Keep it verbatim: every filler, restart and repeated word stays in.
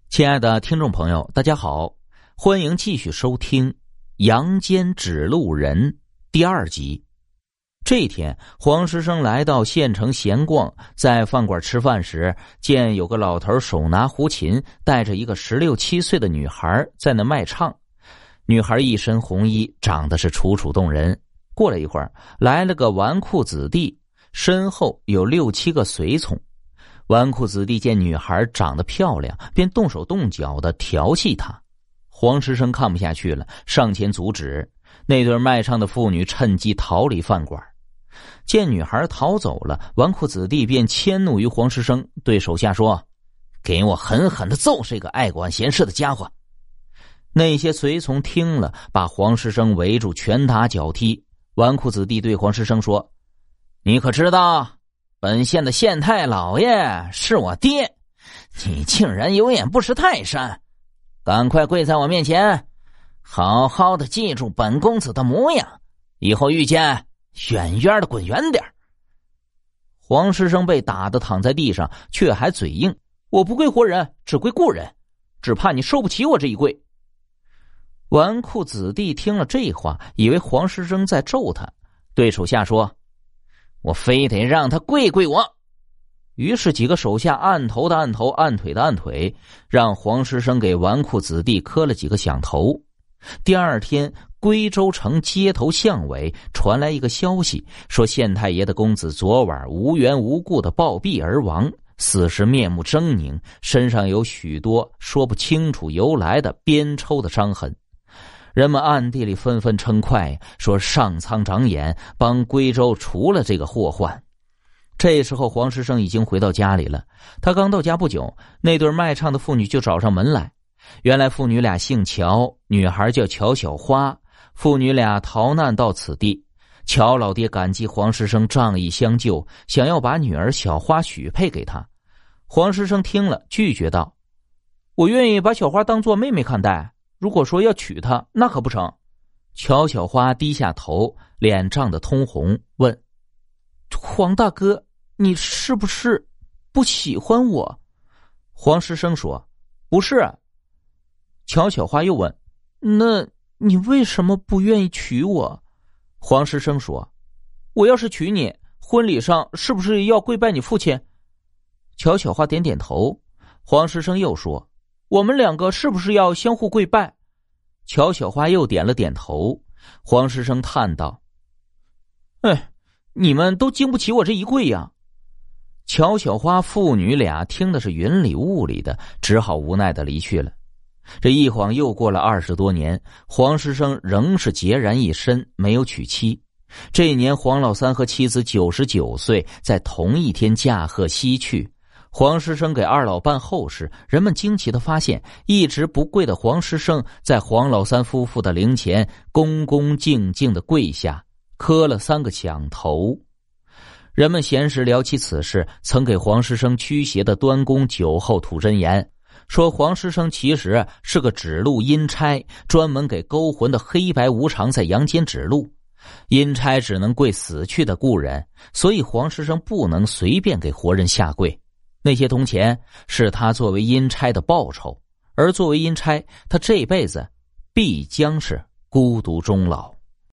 亲爱的听众朋友，大家好，欢迎继续收听《阳间指路人》第二集。这天，黄师生来到县城闲逛，在饭馆吃饭时，见有个老头手拿胡琴，带着一个十六七岁的女孩在那卖唱。女孩一身红衣，长得是楚楚动人。过了一会儿，来了个纨绔子弟，身后有六七个随从。纨绔子弟见女孩长得漂亮，便动手动脚的调戏她。黄师生看不下去了，上前阻止。那对卖唱的妇女趁机逃离饭馆。见女孩逃走了，纨绔子弟便迁怒于黄师生，对手下说：“给我狠狠的揍这个爱管闲事的家伙！”那些随从听了，把黄师生围住，拳打脚踢。纨绔子弟对黄师生说：“你可知道本县的县太老爷是我爹，你竟然有眼不识泰山！赶快跪在我面前，好好的记住本公子的模样，以后遇见远远的滚远点。”黄师生被打得躺在地上，却还嘴硬：“我不跪活人，只跪故人，只怕你受不起我这一跪。”纨绔子弟听了这话，以为黄师生在咒他，对手下说：“我非得让他跪跪我。”于是几个手下按头的按头，按腿的按腿，让黄师生给纨绔子弟磕了几个响头。第二天，归州城街头巷尾传来一个消息，说县太爷的公子昨晚无缘无故的暴毙而亡，死时面目狰狞，身上有许多说不清楚由来的鞭抽的伤痕。人们暗地里纷纷称快，说上苍长眼，帮归州除了这个祸患。这时候黄师生已经回到家里了。他刚到家不久，那对卖唱的妇女就找上门来。原来父女俩姓乔，女孩叫乔小花。父女俩逃难到此地，乔老爹感激黄师生仗义相救，想要把女儿小花许配给他。黄师生听了拒绝道：“我愿意把小花当作妹妹看待，如果说要娶她，那可不成。”乔小花低下头，脸涨得通红，问：“黄大哥，你是不是不喜欢我？”黄师生说：“不是。”乔小花又问：“那你为什么不愿意娶我？”黄师生说：“我要是娶你，婚礼上是不是要跪拜你父亲？”乔小花点点头。黄师生又说：“我们两个是不是要相互跪拜？”乔小花又点了点头。黄师生叹道：“哎，你们都经不起我这一跪呀。”乔小花父女俩听的是云里雾里的，只好无奈的离去了。这一晃又过了二十多年，黄师生仍是孑然一身，没有娶妻。这一年，黄老三和妻子九十九岁，在同一天驾鹤西去。黄师生给二老办后事，人们惊奇地发现，一直不跪的黄师生在黄老三夫妇的灵前恭恭敬敬地跪下，磕了三个响头。人们闲时聊起此事，曾给黄师生驱邪的端公酒后吐真言，说黄师生其实是个指路阴差，专门给勾魂的黑白无常在阳间指路。阴差只能跪死去的故人，所以黄师生不能随便给活人下跪。那些铜钱是他作为阴差的报酬，而作为阴差，他这辈子必将是孤独终老。